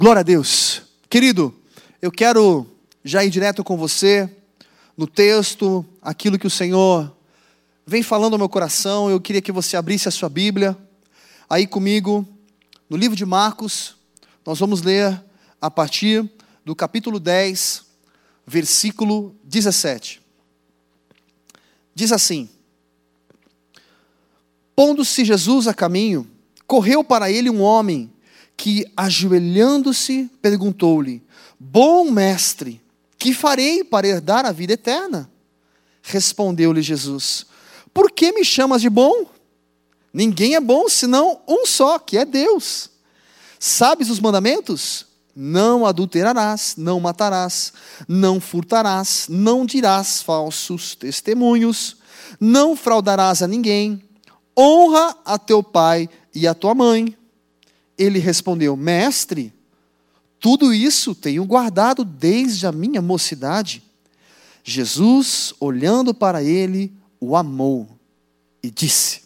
Glória a Deus. Querido, eu quero já ir direto com você no texto, aquilo que o Senhor vem falando ao meu coração. Eu queria que você abrisse a sua Bíblia aí comigo, no livro de Marcos. Nós vamos ler a partir do capítulo 10, versículo 17. Diz assim: Pondo-se Jesus a caminho, correu para ele um homem que, ajoelhando-se, perguntou-lhe: Bom mestre, que farei para herdar a vida eterna? Respondeu-lhe Jesus: Por que me chamas de bom? Ninguém é bom senão um só, que é Deus. Sabes os mandamentos? Não adulterarás, não matarás, não furtarás, não dirás falsos testemunhos, não fraudarás a ninguém, honra a teu pai e a tua mãe. Ele respondeu: Mestre, tudo isso tenho guardado desde a minha mocidade. Jesus, olhando para ele, o amou e disse: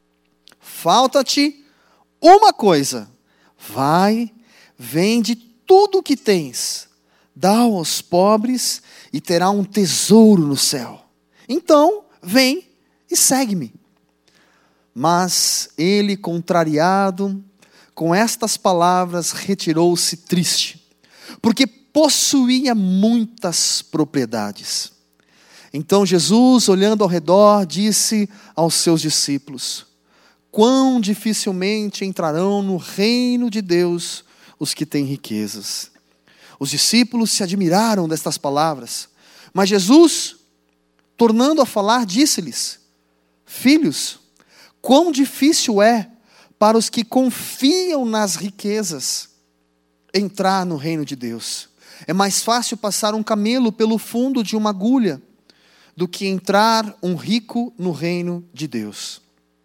Falta-te uma coisa. Vai, vende tudo o que tens, dá aos pobres e terá um tesouro no céu. Então, vem e segue-me. Mas ele, contrariado com estas palavras, retirou-se triste, porque possuía muitas propriedades. Então Jesus, olhando ao redor, disse aos seus discípulos: Quão dificilmente entrarão no reino de Deus os que têm riquezas. Os discípulos se admiraram destas palavras, mas Jesus, tornando a falar, disse-lhes: Filhos, quão difícil é para os que confiam nas riquezas entrar no reino de Deus. É mais fácil passar um camelo pelo fundo de uma agulha do que entrar um rico no reino de Deus.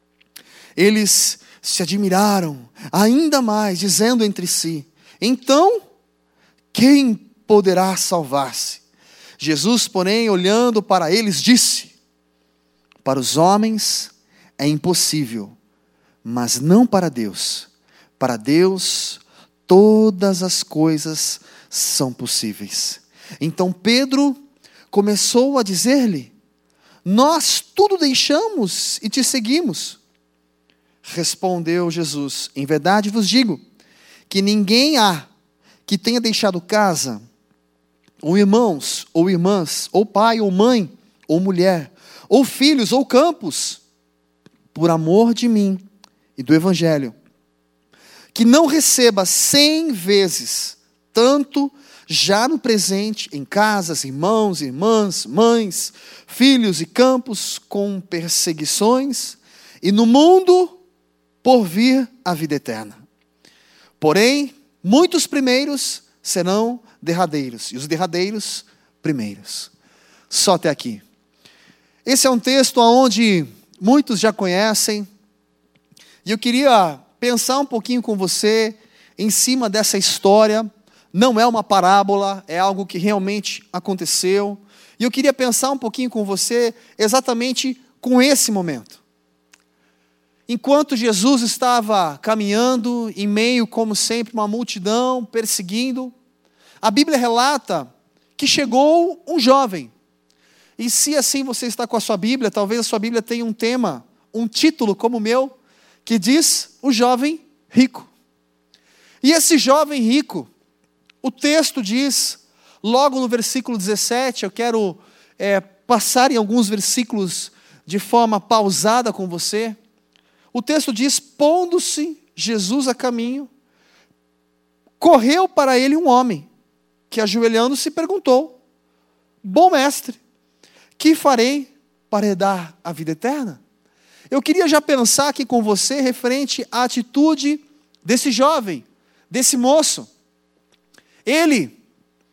Eles se admiraram ainda mais, dizendo entre si: Então, quem poderá salvar-se? Jesus, porém, olhando para eles, disse: Para os homens é impossível, mas não para Deus. Para Deus, todas as coisas são possíveis. Então Pedro começou a dizer-lhe: Nós tudo deixamos e te seguimos. Respondeu Jesus: Em verdade vos digo, que ninguém há que tenha deixado casa, ou irmãos, ou irmãs, ou pai, ou mãe, ou mulher, ou filhos, ou campos, por amor de mim e do Evangelho, que não receba 100 vezes tanto já no presente, em casas, irmãos, irmãs, mães, filhos e campos, com perseguições, e no mundo por vir a vida eterna. Porém, muitos primeiros serão derradeiros, e os derradeiros primeiros. Só até aqui. Esse é um texto onde muitos já conhecem, e eu queria pensar um pouquinho com você em cima dessa história. Não é uma parábola, é algo que realmente aconteceu. E eu queria pensar um pouquinho com você exatamente com esse momento. Enquanto Jesus estava caminhando em meio, como sempre, uma multidão perseguindo, a Bíblia relata que chegou um jovem. E se assim você está com a sua Bíblia, talvez a sua Bíblia tenha um tema, um título como o meu, que diz: o jovem rico. E esse jovem rico, o texto diz, logo no versículo 17, eu quero passar em alguns versículos de forma pausada com você. O texto diz: pondo-se Jesus a caminho, correu para ele um homem, que ajoelhando-se perguntou: Bom mestre, que farei para herdar a vida eterna? Eu queria já pensar aqui com você referente à atitude desse jovem, desse moço. Ele,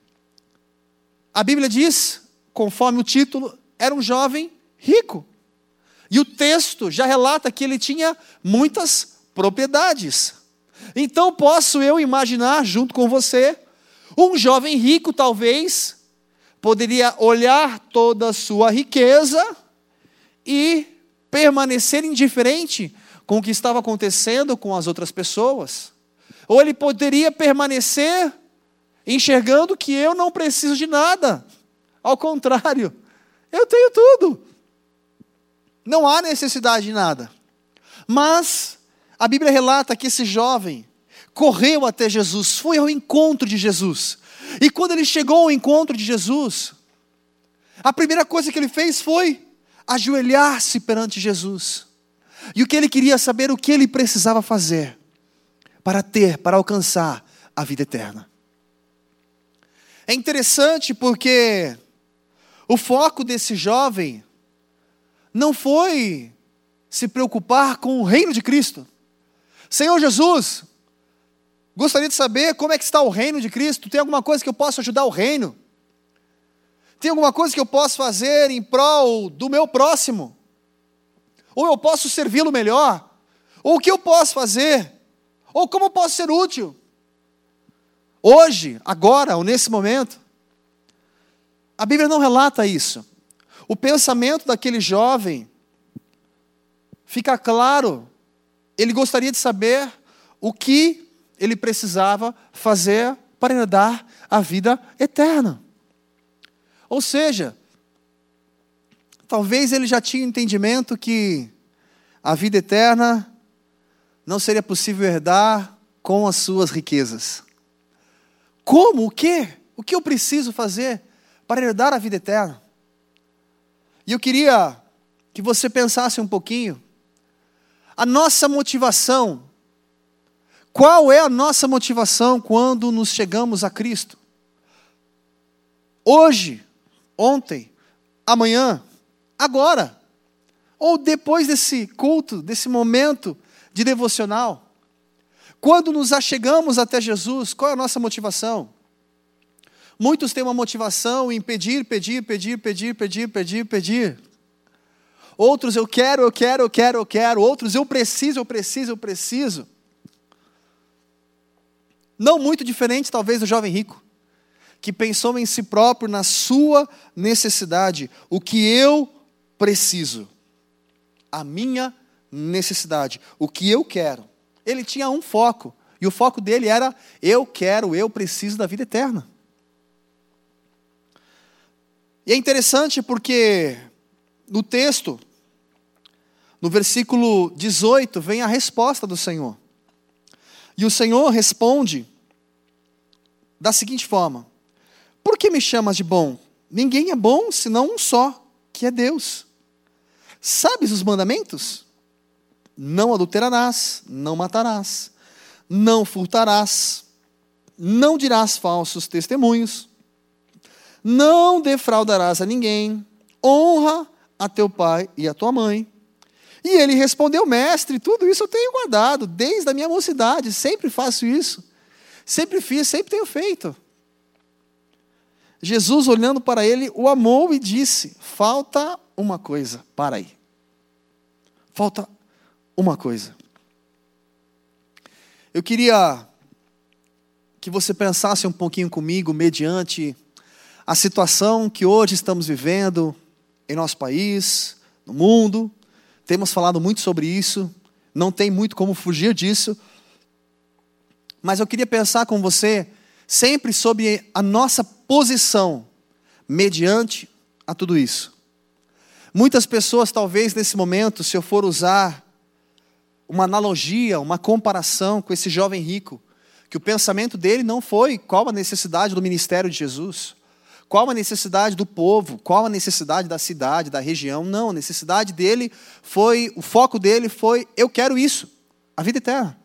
a Bíblia diz, conforme o título, era um jovem rico. E o texto já relata que ele tinha muitas propriedades. Então posso eu imaginar, junto com você, um jovem rico talvez poderia olhar toda a sua riqueza e permanecer indiferente com o que estava acontecendo com as outras pessoas. Ou ele poderia permanecer enxergando que eu não preciso de nada. Ao contrário, eu tenho tudo. Não há necessidade de nada. Mas a Bíblia relata que esse jovem correu até Jesus, foi ao encontro de Jesus. E quando ele chegou ao encontro de Jesus, a primeira coisa que ele fez foi ajoelhar-se perante Jesus. E o que ele queria saber, o que ele precisava fazer para alcançar a vida eterna. É interessante porque o foco desse jovem não foi se preocupar com o reino de Cristo. Senhor Jesus, gostaria de saber como é que está o reino de Cristo. Tem alguma coisa que eu possa ajudar o reino? Tem alguma coisa que eu possa fazer em prol do meu próximo? Ou eu posso servi-lo melhor? Ou o que eu posso fazer? Ou como eu posso ser útil? Hoje, agora, ou nesse momento, a Bíblia não relata isso. O pensamento daquele jovem fica claro. Ele gostaria de saber o que ele precisava fazer para herdar a vida eterna. Ou seja, talvez ele já tinha entendimento que a vida eterna não seria possível herdar com as suas riquezas. Como? O quê? O que eu preciso fazer para herdar a vida eterna? E eu queria que você pensasse um pouquinho. A nossa motivação. Qual é a nossa motivação quando nos chegamos a Cristo? Hoje, ontem, amanhã, agora. Ou depois desse culto, desse momento de devocional. Quando nos achegamos até Jesus, qual é a nossa motivação? Muitos têm uma motivação em pedir. Outros eu quero. Outros eu preciso. Não muito diferente talvez do jovem rico, que pensou em si próprio, na sua necessidade. O que eu preciso. A minha necessidade. O que eu quero. Ele tinha um foco. E o foco dele era, eu preciso da vida eterna. E é interessante porque no texto, no versículo 18, vem a resposta do Senhor. E o Senhor responde da seguinte forma: por que me chamas de bom? Ninguém é bom senão um só, que é Deus. Sabes os mandamentos? Não adulterarás, não matarás, não furtarás, não dirás falsos testemunhos, não defraudarás a ninguém, honra a teu pai e a tua mãe. E ele respondeu: mestre, tudo isso eu tenho guardado, desde a minha mocidade, sempre faço isso, sempre fiz, sempre tenho feito. Jesus, olhando para ele, o amou e disse: falta uma coisa, para aí. Falta uma coisa. Eu queria que você pensasse um pouquinho comigo, mediante a situação que hoje estamos vivendo em nosso país, no mundo. Temos falado muito sobre isso, não tem muito como fugir disso. Mas eu queria pensar com você sempre sobre a nossa posição mediante a tudo isso. Muitas pessoas, talvez nesse momento, se eu for usar uma analogia, uma comparação com esse jovem rico, que o pensamento dele não foi qual a necessidade do ministério de Jesus, qual a necessidade do povo, qual a necessidade da cidade, da região. Não, a necessidade dele foi, o foco dele foi, eu quero isso, a vida eterna.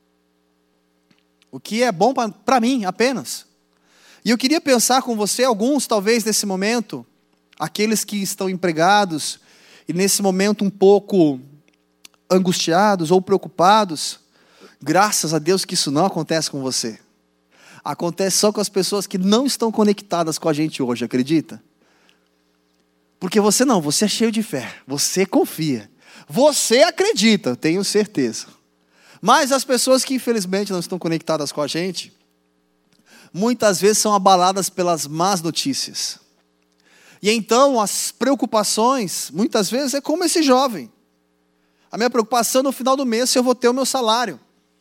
O que é bom para mim apenas. E eu queria pensar com você, alguns talvez nesse momento, aqueles que estão empregados, e nesse momento um pouco angustiados ou preocupados, graças a Deus que isso não acontece com você. Acontece só com as pessoas que não estão conectadas com a gente hoje, acredita? Porque você não, você é cheio de fé, você confia, você acredita, tenho certeza. Mas as pessoas que infelizmente não estão conectadas com a gente, muitas vezes são abaladas pelas más notícias. E então as preocupações, muitas vezes é como esse jovem. A minha preocupação no final do mês, se eu vou ter o meu salário.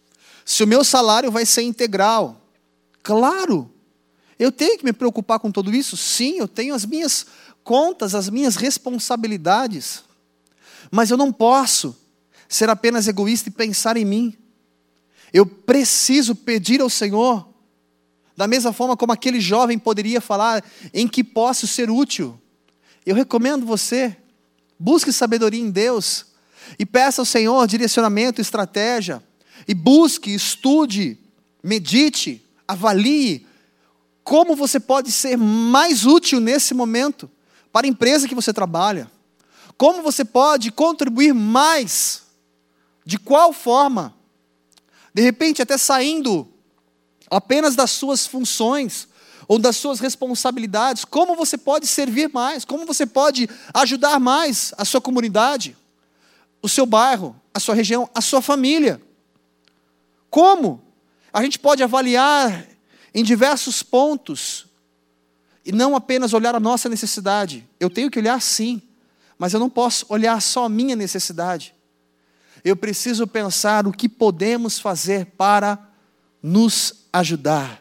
Se o meu salário vai ser integral. Claro, eu tenho que me preocupar com tudo isso. Sim, eu tenho as minhas contas, as minhas responsabilidades. Mas eu não posso ser apenas egoísta e pensar em mim. Eu preciso pedir ao Senhor, da mesma forma como aquele jovem poderia falar, em que posso ser útil. Eu recomendo você, busque sabedoria em Deus, e peça ao Senhor direcionamento, estratégia, e busque, estude, medite, avalie, como você pode ser mais útil nesse momento, para a empresa que você trabalha. Como você pode contribuir mais, de qual forma, de repente até saindo apenas das suas funções, ou das suas responsabilidades, como você pode servir mais, como você pode ajudar mais a sua comunidade, o seu bairro, a sua região, a sua família. Como? A gente pode avaliar em diversos pontos, e não apenas olhar a nossa necessidade. Eu tenho que olhar sim, mas eu não posso olhar só a minha necessidade. Eu preciso pensar o que podemos fazer para nos ajudar.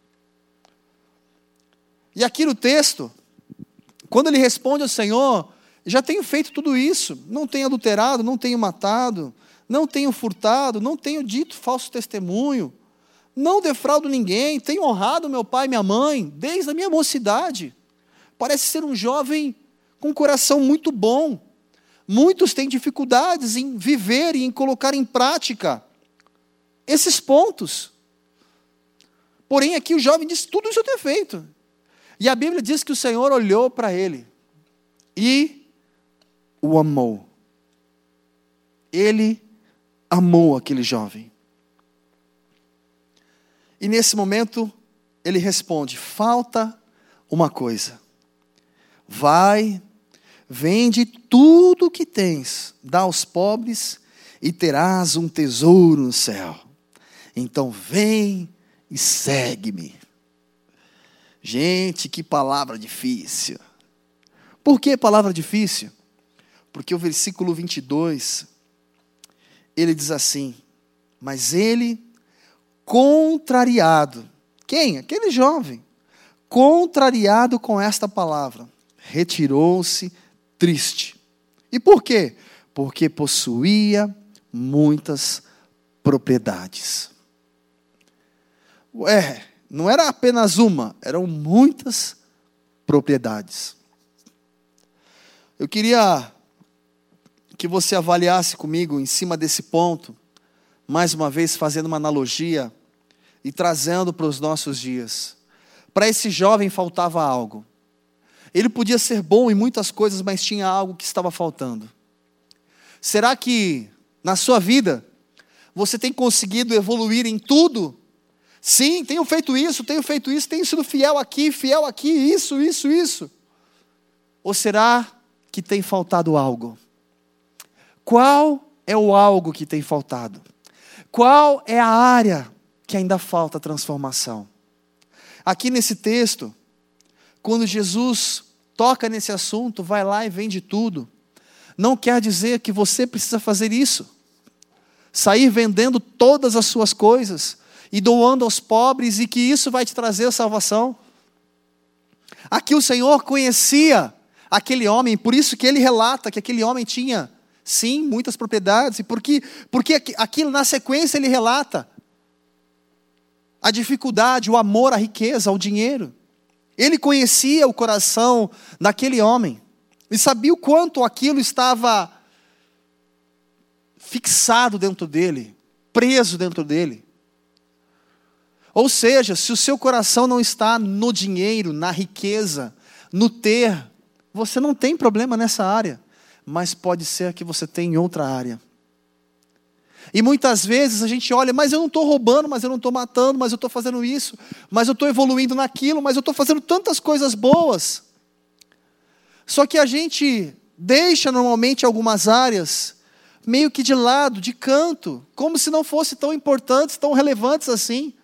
E aqui no texto, quando ele responde ao Senhor, já tenho feito tudo isso, não tenho adulterado, não tenho matado, não tenho furtado, não tenho dito falso testemunho, não defraudo ninguém, tenho honrado meu pai e minha mãe, desde a minha mocidade. Parece ser um jovem com um coração muito bom. Muitos têm dificuldades em viver e em colocar em prática esses pontos. Porém, aqui o jovem diz, tudo isso eu tenho feito. E a Bíblia diz que o Senhor olhou para ele e o amou. Ele amou aquele jovem. E nesse momento, ele responde, falta uma coisa. Vai, vende tudo o que tens, dá aos pobres e terás um tesouro no céu. Então vem e segue-me. Gente, que palavra difícil. Por que palavra difícil? Porque o versículo 22, ele diz assim, mas ele, contrariado, quem? Aquele jovem, contrariado com esta palavra, retirou-se triste. E por quê? Porque possuía muitas propriedades. Não era apenas uma, eram muitas propriedades. Eu queria que você avaliasse comigo em cima desse ponto, mais uma vez fazendo uma analogia e trazendo para os nossos dias. Para esse jovem faltava algo. Ele podia ser bom em muitas coisas, mas tinha algo que estava faltando. Será que na sua vida você tem conseguido evoluir em tudo? Sim, tenho feito isso, tenho sido fiel aqui, isso. Ou será que tem faltado algo? Qual é o algo que tem faltado? Qual é a área que ainda falta transformação? Aqui nesse texto, quando Jesus toca nesse assunto, vai lá e vende tudo, não quer dizer que você precisa fazer isso. Sair vendendo todas as suas coisas e doando aos pobres e que isso vai te trazer a salvação. Aqui o Senhor conhecia aquele homem, por isso que ele relata que aquele homem tinha, sim, muitas propriedades, e porque aquilo na sequência ele relata a dificuldade, o amor à riqueza, ao dinheiro. Ele conhecia o coração daquele homem, e sabia o quanto aquilo estava fixado dentro dele, preso dentro dele. Ou seja, se o seu coração não está no dinheiro, na riqueza, no ter, você não tem problema nessa área, mas pode ser que você tenha em outra área. E muitas vezes a gente olha, mas eu não estou roubando, mas eu não estou matando, mas eu estou fazendo isso, mas eu estou evoluindo naquilo, mas eu estou fazendo tantas coisas boas. Só que a gente deixa normalmente algumas áreas meio que de lado, de canto, como se não fossem tão importantes, tão relevantes assim.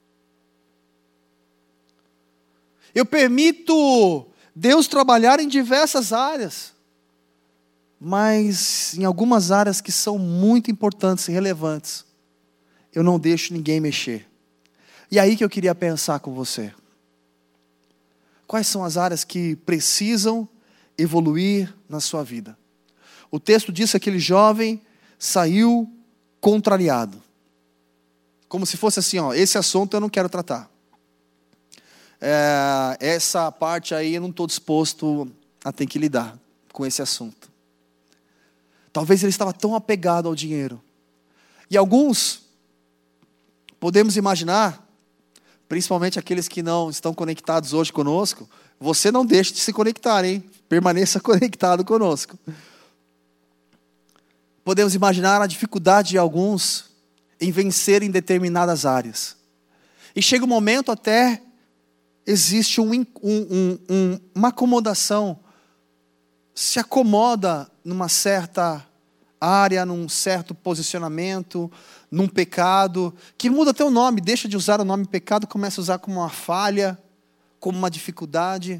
Eu permito Deus trabalhar em diversas áreas, mas em algumas áreas que são muito importantes e relevantes, eu não deixo ninguém mexer. E aí que eu queria pensar com você. Quais são as áreas que precisam evoluir na sua vida? O texto diz que aquele jovem saiu contrariado. Como se fosse assim, esse assunto eu não quero tratar. Essa parte aí eu não estou disposto a ter que lidar com esse assunto. Talvez ele estava tão apegado ao dinheiro. E alguns, podemos imaginar, principalmente aqueles que não estão conectados hoje conosco, você não deixe de se conectar, hein? Permaneça conectado conosco. Podemos imaginar a dificuldade de alguns em vencer em determinadas áreas. E chega um momento até existe uma acomodação, se acomoda numa certa área, num certo posicionamento, num pecado, que muda até o nome, deixa de usar o nome pecado, começa a usar como uma falha, como uma dificuldade.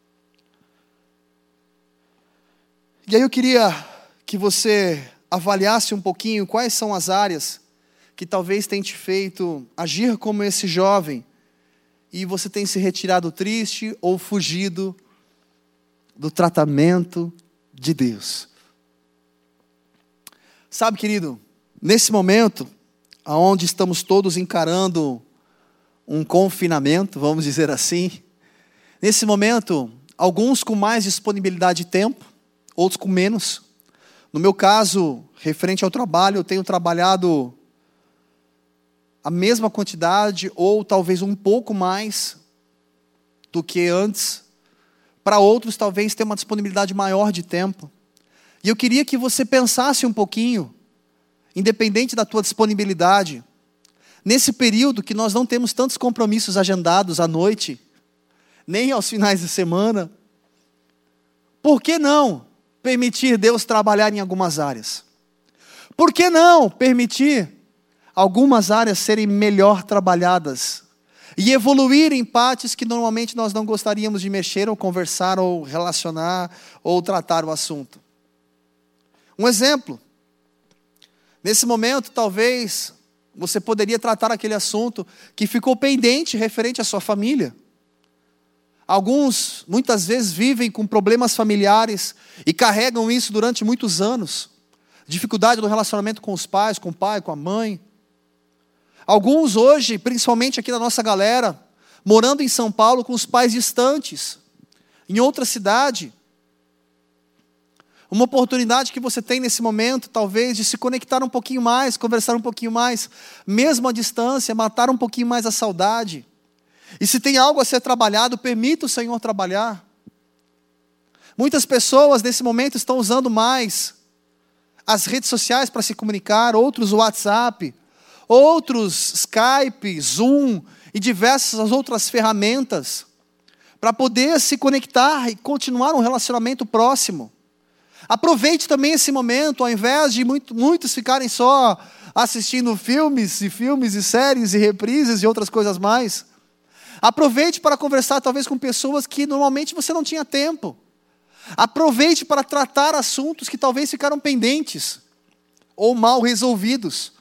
E aí eu queria que você avaliasse um pouquinho quais são as áreas que talvez tenha te feito agir como esse jovem, e você tem se retirado triste ou fugido do tratamento de Deus. Sabe, querido, nesse momento, onde estamos todos encarando um confinamento, vamos dizer assim, nesse momento, alguns com mais disponibilidade de tempo, outros com menos. No meu caso, referente ao trabalho, eu tenho trabalhado a mesma quantidade ou talvez um pouco mais do que antes. Para outros, talvez tenha uma disponibilidade maior de tempo. E eu queria que você pensasse um pouquinho, independente da tua disponibilidade, nesse período que nós não temos tantos compromissos agendados à noite, nem aos finais de semana, por que não permitir Deus trabalhar em algumas áreas? Por que não permitir algumas áreas serem melhor trabalhadas e evoluir em partes que normalmente nós não gostaríamos de mexer, ou conversar, ou relacionar, ou tratar o assunto? Um exemplo, nesse momento talvez você poderia tratar aquele assunto que ficou pendente referente à sua família. Alguns, muitas vezes, vivem com problemas familiares e carregam isso durante muitos anos. Dificuldade no relacionamento com os pais, com o pai, com a mãe. Alguns hoje, principalmente aqui na nossa galera, morando em São Paulo com os pais distantes, em outra cidade. Uma oportunidade que você tem nesse momento, talvez, de se conectar um pouquinho mais, conversar um pouquinho mais, mesmo à distância, matar um pouquinho mais a saudade. E se tem algo a ser trabalhado, permita o Senhor trabalhar. Muitas pessoas nesse momento estão usando mais as redes sociais para se comunicar, outros o WhatsApp, outros Skype, Zoom e diversas outras ferramentas para poder se conectar e continuar um relacionamento próximo. Aproveite também esse momento, ao invés de muitos ficarem só assistindo filmes e séries e reprises e outras coisas mais. Aproveite para conversar talvez com pessoas que normalmente você não tinha tempo. Aproveite para tratar assuntos que talvez ficaram pendentes ou mal resolvidos.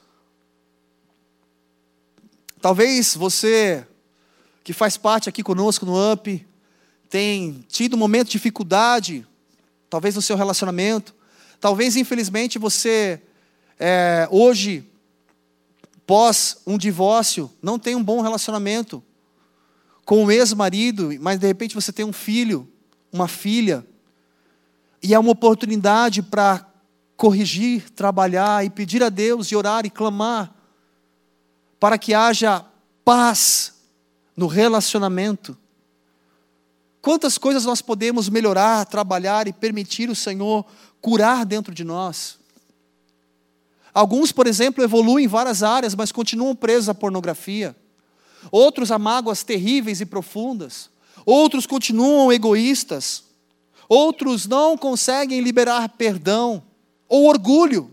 Talvez você, que faz parte aqui conosco no UP, tem tido um momento de dificuldade, talvez no seu relacionamento. Talvez, infelizmente, você, hoje, pós um divórcio, não tem um bom relacionamento com o ex-marido, mas de repente você tem um filho, uma filha, e é uma oportunidade para corrigir, trabalhar e pedir a Deus e orar e clamar para que haja paz no relacionamento. Quantas coisas nós podemos melhorar, trabalhar e permitir o Senhor curar dentro de nós? Alguns, por exemplo, evoluem em várias áreas, mas continuam presos à pornografia. Outros a mágoas terríveis e profundas. Outros continuam egoístas. Outros não conseguem liberar perdão ou orgulho.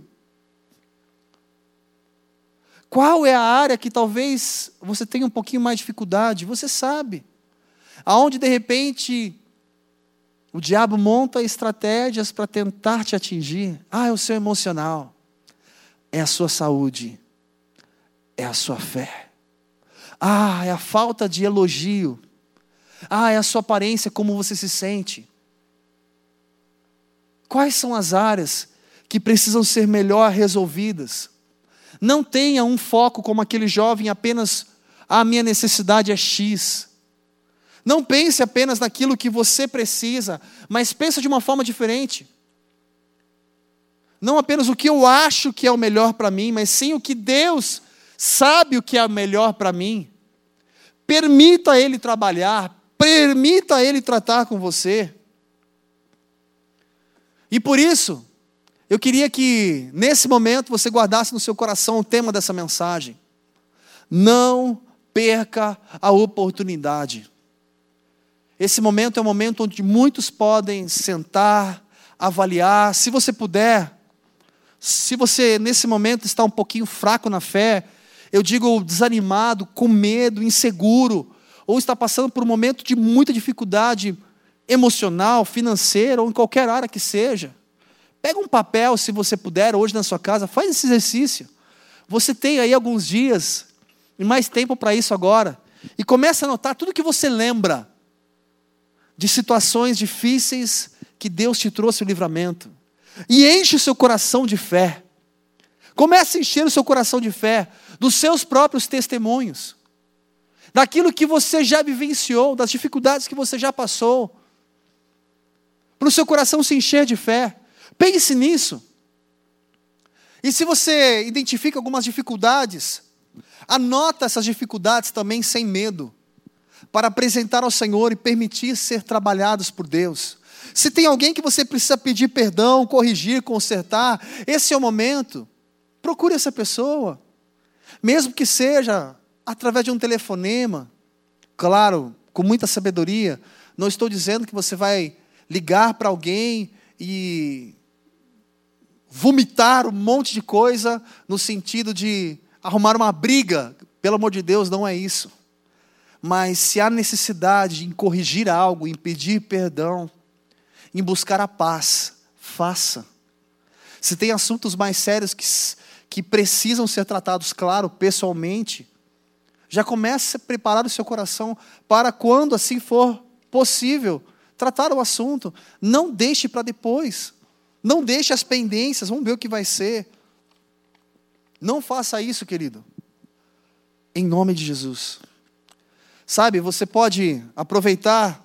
Qual é a área que talvez você tenha um pouquinho mais de dificuldade? Você sabe. Aonde de repente o diabo monta estratégias para tentar te atingir. É o seu emocional. É a sua saúde. é a sua fé. É a falta de elogio. É a sua aparência, como você se sente. Quais são as áreas que precisam ser melhor resolvidas? Não tenha um foco como aquele jovem apenas, a minha necessidade é X. Não pense apenas naquilo que você precisa, mas pense de uma forma diferente. Não apenas o que eu acho que é o melhor para mim, mas sim o que Deus sabe o que é o melhor para mim. Permita Ele trabalhar, permita Ele tratar com você. E por isso, eu queria que nesse momento você guardasse no seu coração o tema dessa mensagem. Não perca a oportunidade. Esse momento é um momento onde muitos podem sentar, avaliar. Se você puder, se você nesse momento está um pouquinho fraco na fé, eu digo desanimado, com medo, inseguro, ou está passando por um momento de muita dificuldade emocional, financeira, ou em qualquer área que seja, pega um papel, se você puder, hoje na sua casa, faz esse exercício. Você tem aí alguns dias, e mais tempo para isso agora, e começa a anotar tudo que você lembra de situações difíceis que Deus te trouxe o livramento. E enche o seu coração de fé. Comece a encher o seu coração de fé dos seus próprios testemunhos, daquilo que você já vivenciou, das dificuldades que você já passou, para o seu coração se encher de fé. Pense nisso. E se você identifica algumas dificuldades, anota essas dificuldades também sem medo, para apresentar ao Senhor e permitir ser trabalhados por Deus. Se tem alguém que você precisa pedir perdão, corrigir, consertar, esse é o momento. Procure essa pessoa, mesmo que seja através de um telefonema, claro, com muita sabedoria. Não estou dizendo que você vai ligar para alguém e vomitar um monte de coisa no sentido de arrumar uma briga. Pelo amor de Deus, não é isso. Mas se há necessidade em corrigir algo, em pedir perdão, em buscar a paz, faça. Se tem assuntos mais sérios que precisam ser tratados, claro, pessoalmente, já comece a preparar o seu coração para quando assim for possível, tratar o assunto. Não deixe para depois. Não deixe as pendências, vamos ver o que vai ser. Não faça isso, querido. Em nome de Jesus. Sabe, você pode aproveitar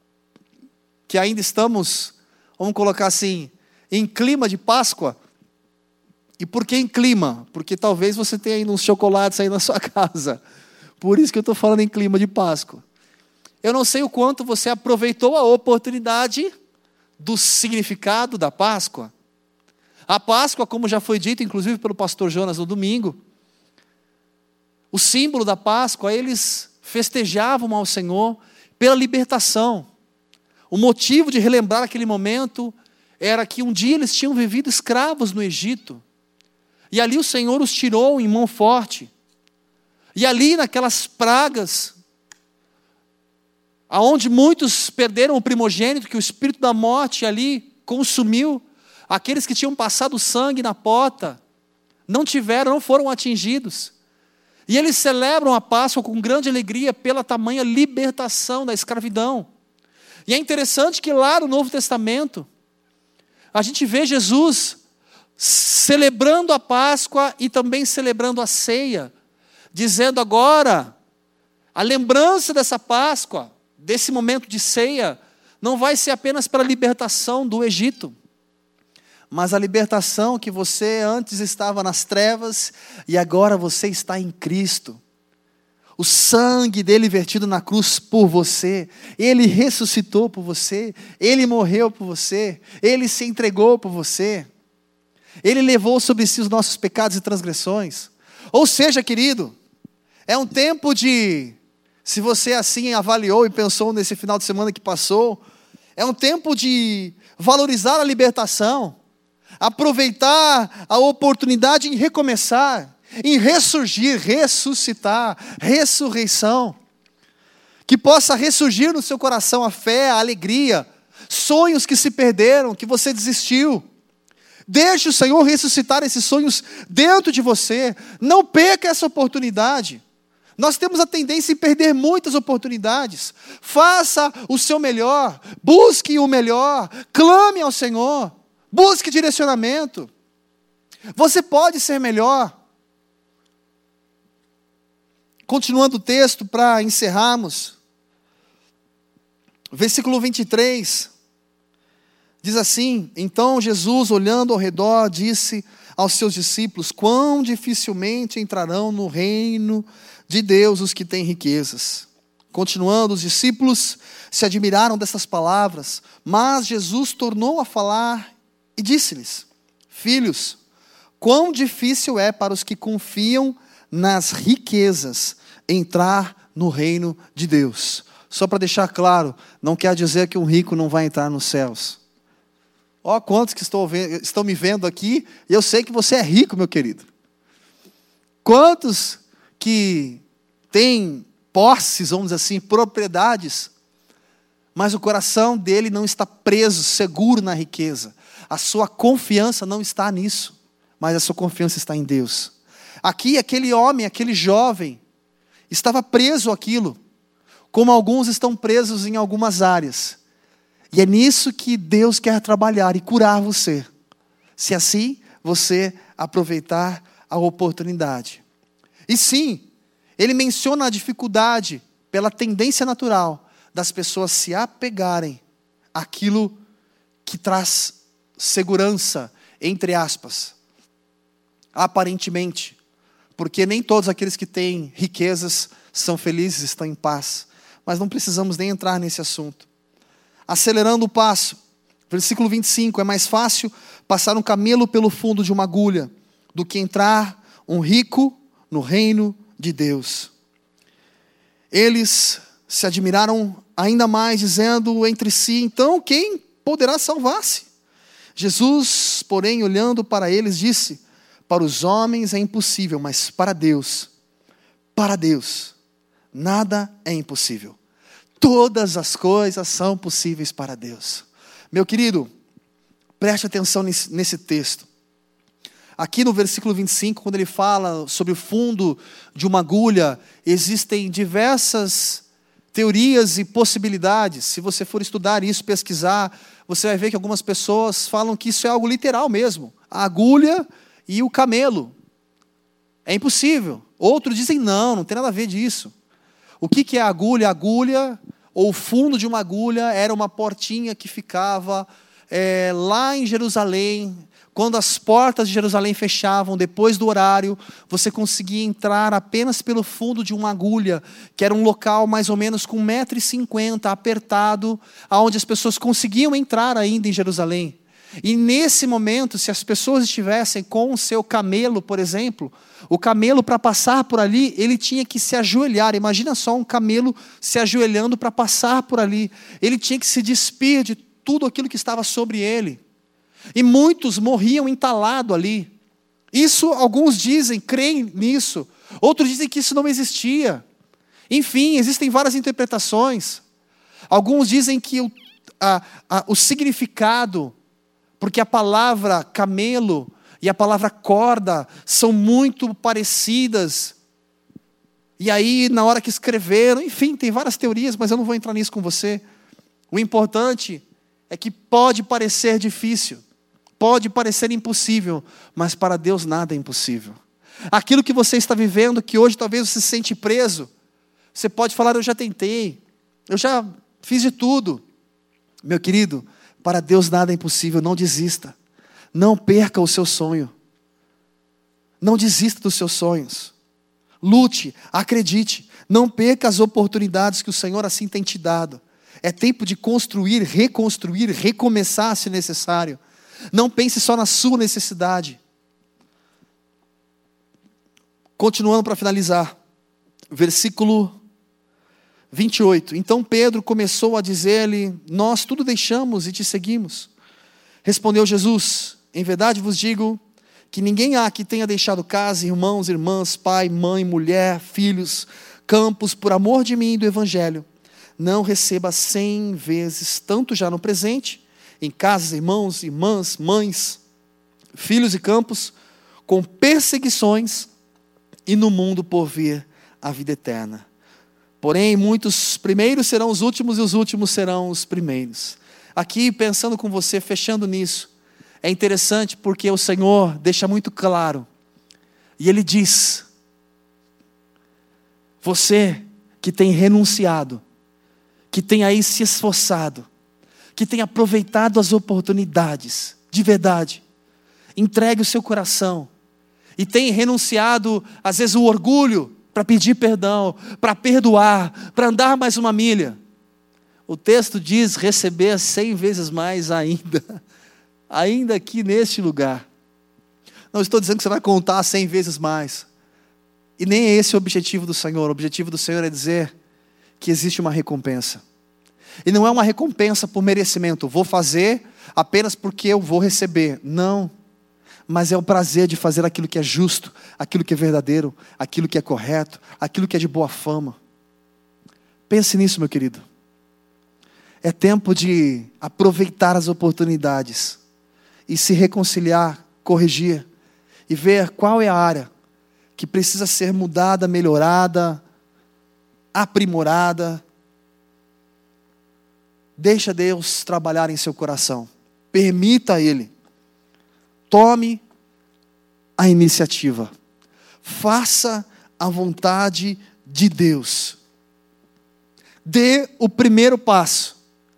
que ainda estamos, vamos colocar assim, em clima de Páscoa. E por que em clima? Porque talvez você tenha ainda uns chocolates aí na sua casa. Por isso que eu estou falando em clima de Páscoa. Eu não sei o quanto você aproveitou a oportunidade do significado da Páscoa. A Páscoa, como já foi dito, inclusive pelo pastor Jonas no domingo, o símbolo da Páscoa, eles festejavam ao Senhor pela libertação. O motivo de relembrar aquele momento era que um dia eles tinham vivido escravos no Egito. E ali o Senhor os tirou em mão forte. E ali naquelas pragas, aonde muitos perderam o primogênito, que o espírito da morte ali consumiu, aqueles que tinham passado sangue na porta, não foram atingidos. E eles celebram a Páscoa com grande alegria pela tamanha libertação da escravidão. E é interessante que lá no Novo Testamento, a gente vê Jesus celebrando a Páscoa e também celebrando a ceia, dizendo agora, a lembrança dessa Páscoa, desse momento de ceia, não vai ser apenas para a libertação do Egito, mas a libertação que você antes estava nas trevas e agora você está em Cristo. O sangue dele vertido na cruz por você, ele ressuscitou por você, ele morreu por você, ele se entregou por você, ele levou sobre si os nossos pecados e transgressões. Ou seja, querido, é um tempo de, se você assim avaliou e pensou nesse final de semana que passou, é um tempo de valorizar a libertação, aproveitar a oportunidade em recomeçar, em ressurgir, ressuscitar, ressurreição. Que possa ressurgir no seu coração a fé, a alegria, sonhos que se perderam, que você desistiu. Deixe o Senhor ressuscitar esses sonhos dentro de você. Não perca essa oportunidade. Nós temos a tendência em perder muitas oportunidades. Faça o seu melhor. Busque o melhor. Clame ao Senhor. Busque direcionamento. Você pode ser melhor. Continuando o texto para encerrarmos. Versículo 23. Diz assim: então Jesus, olhando ao redor, disse aos seus discípulos: quão dificilmente entrarão no reino de Deus os que têm riquezas. Continuando, os discípulos se admiraram dessas palavras, mas Jesus tornou a falar e disse-lhes: filhos, quão difícil é para os que confiam nas riquezas entrar no reino de Deus. Só para deixar claro, não quer dizer que um rico não vai entrar nos céus. Ó, quantos que estão me vendo aqui, e eu sei que você é rico, meu querido. Quantos que têm posses, vamos dizer assim, propriedades, mas o coração dele não está preso, seguro na riqueza. A sua confiança não está nisso, mas a sua confiança está em Deus. Aqui, aquele homem, aquele jovem, estava preso àquilo, como alguns estão presos em algumas áreas. E é nisso que Deus quer trabalhar e curar você, se assim você aproveitar a oportunidade. E sim, ele menciona a dificuldade pela tendência natural das pessoas se apegarem àquilo que traz segurança, entre aspas, aparentemente, porque nem todos aqueles que têm riquezas são felizes, estão em paz, mas não precisamos nem entrar nesse assunto. Acelerando o passo, versículo 25, é mais fácil passar um camelo pelo fundo de uma agulha do que entrar um rico no reino de Deus. Eles se admiraram ainda mais, dizendo entre si: então quem poderá salvar-se? Jesus, porém, olhando para eles, disse: para os homens é impossível, mas para Deus, nada é impossível. Todas as coisas são possíveis para Deus. Meu querido, preste atenção nesse texto. Aqui no versículo 25, quando ele fala sobre o fundo de uma agulha, existem diversas teorias e possibilidades. Se você for estudar isso, pesquisar, você vai ver que algumas pessoas falam que isso é algo literal mesmo. A agulha e o camelo. É impossível. Outros dizem não tem nada a ver disso. O que é a agulha? A agulha, ou o fundo de uma agulha, era uma portinha que ficava lá em Jerusalém. Quando as portas de Jerusalém fechavam, depois do horário, você conseguia entrar apenas pelo fundo de uma agulha, que era um local mais ou menos com 1,50 m, apertado, onde as pessoas conseguiam entrar ainda em Jerusalém. E nesse momento, se as pessoas estivessem com o seu camelo, por exemplo, o camelo, para passar por ali, ele tinha que se ajoelhar. Imagina só um camelo se ajoelhando para passar por ali. Ele tinha que se despir de tudo aquilo que estava sobre ele. E muitos morriam entalados ali. Isso, alguns dizem, creem nisso. Outros dizem que isso não existia. Enfim, existem várias interpretações. Alguns dizem que o significado, porque a palavra camelo e a palavra corda são muito parecidas. E aí, na hora que escreveram, enfim, tem várias teorias, mas eu não vou entrar nisso com você. O importante é que pode parecer difícil, pode parecer impossível, mas para Deus nada é impossível. Aquilo que você está vivendo, que hoje talvez você se sente preso, você pode falar: eu já tentei, eu já fiz de tudo. Meu querido, para Deus nada é impossível. Não desista. Não perca o seu sonho. Não desista dos seus sonhos. Lute, acredite. Não perca as oportunidades que o Senhor assim tem te dado. É tempo de construir, reconstruir, recomeçar se necessário. Não pense só na sua necessidade. Continuando para finalizar. Versículo 28. Então Pedro começou a dizer-lhe: nós tudo deixamos e te seguimos. Respondeu Jesus: em verdade vos digo que ninguém há que tenha deixado casa, irmãos, irmãs, pai, mãe, mulher, filhos, campos, por amor de mim e do evangelho, não receba 100 vezes, tanto já no presente, em casas, irmãos, irmãs, mães, filhos e campos, com perseguições, e no mundo por vir a vida eterna. Porém, muitos primeiros serão os últimos e os últimos serão os primeiros. Aqui, pensando com você, fechando nisso, é interessante porque o Senhor deixa muito claro, e Ele diz: você que tem renunciado, que tem aí se esforçado, que tem aproveitado as oportunidades, de verdade, entregue o seu coração, e tem renunciado, às vezes, o orgulho, para pedir perdão, para perdoar, para andar mais uma milha. O texto diz receber 100 vezes mais ainda aqui neste lugar. Não estou dizendo que você vai contar 100 vezes mais. E nem é esse o objetivo do Senhor. O objetivo do Senhor é dizer que existe uma recompensa. E não é uma recompensa por merecimento. Vou fazer apenas porque eu vou receber. Não. Mas é o prazer de fazer aquilo que é justo, aquilo que é verdadeiro, aquilo que é correto, aquilo que é de boa fama. Pense nisso, meu querido. É tempo de aproveitar as oportunidades e se reconciliar, corrigir e ver qual é a área que precisa ser mudada, melhorada, aprimorada. Deixa Deus trabalhar em seu coração. Permita Ele. Tome a iniciativa. Faça a vontade de Deus. Dê o primeiro passo.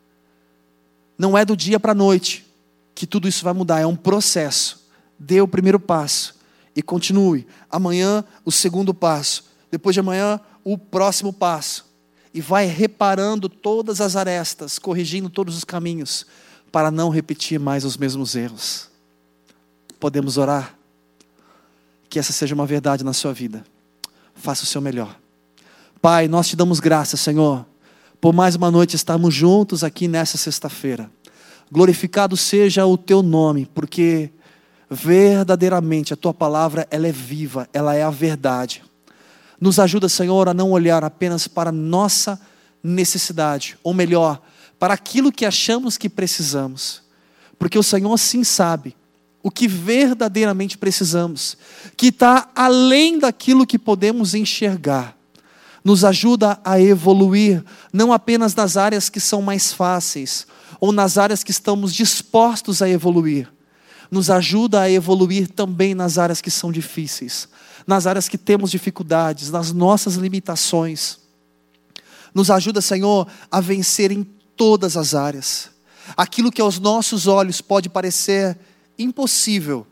Não é do dia para a noite que tudo isso vai mudar. É um processo. Dê o primeiro passo. E continue. Amanhã, o segundo passo. Depois de amanhã, o próximo passo. E vai reparando todas as arestas, corrigindo todos os caminhos, para não repetir mais os mesmos erros. Podemos orar? Que essa seja uma verdade na sua vida. Faça o seu melhor. Pai, nós te damos graças, Senhor, por mais uma noite estarmos juntos aqui nessa sexta-feira. Glorificado seja o teu nome, porque verdadeiramente a tua palavra, ela é viva, ela é a verdade. Nos ajuda, Senhor, a não olhar apenas para a nossa necessidade, ou melhor, para aquilo que achamos que precisamos, porque o Senhor sim sabe o que verdadeiramente precisamos, que está além daquilo que podemos enxergar. Nos ajuda a evoluir, não apenas nas áreas que são mais fáceis, ou nas áreas que estamos dispostos a evoluir. Nos ajuda a evoluir também nas áreas que são difíceis, nas áreas que temos dificuldades, nas nossas limitações. Nos ajuda, Senhor, a vencer em todas as áreas. Aquilo que aos nossos olhos pode parecer impossível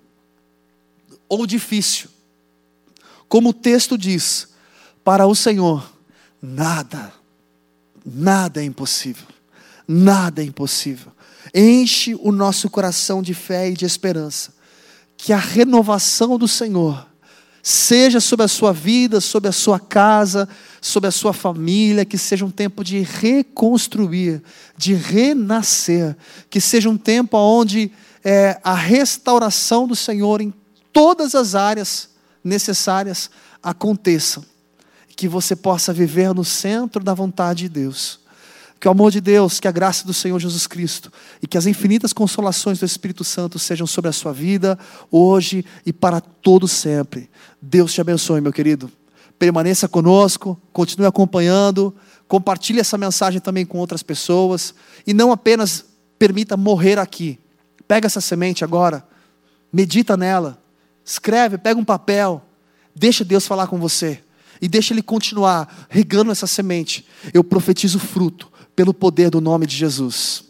ou difícil, como o texto diz, para o Senhor nada é impossível, nada é impossível. Enche o nosso coração de fé e de esperança, que a renovação do Senhor seja sobre a sua vida, sobre a sua casa, sobre a sua família, que seja um tempo de reconstruir, de renascer, que seja um tempo onde a restauração do Senhor em todas as áreas necessárias aconteçam, que você possa viver no centro da vontade de Deus. Que o amor de Deus, que a graça do Senhor Jesus Cristo e que as infinitas consolações do Espírito Santo sejam sobre a sua vida, hoje e para todo sempre. Deus te abençoe, meu querido. Permaneça conosco, continue acompanhando, compartilhe essa mensagem também com outras pessoas e não apenas permita morrer aqui. Pega essa semente agora, medita nela, escreve, pega um papel, deixa Deus falar com você e deixa Ele continuar regando essa semente. Eu profetizo fruto pelo poder do nome de Jesus.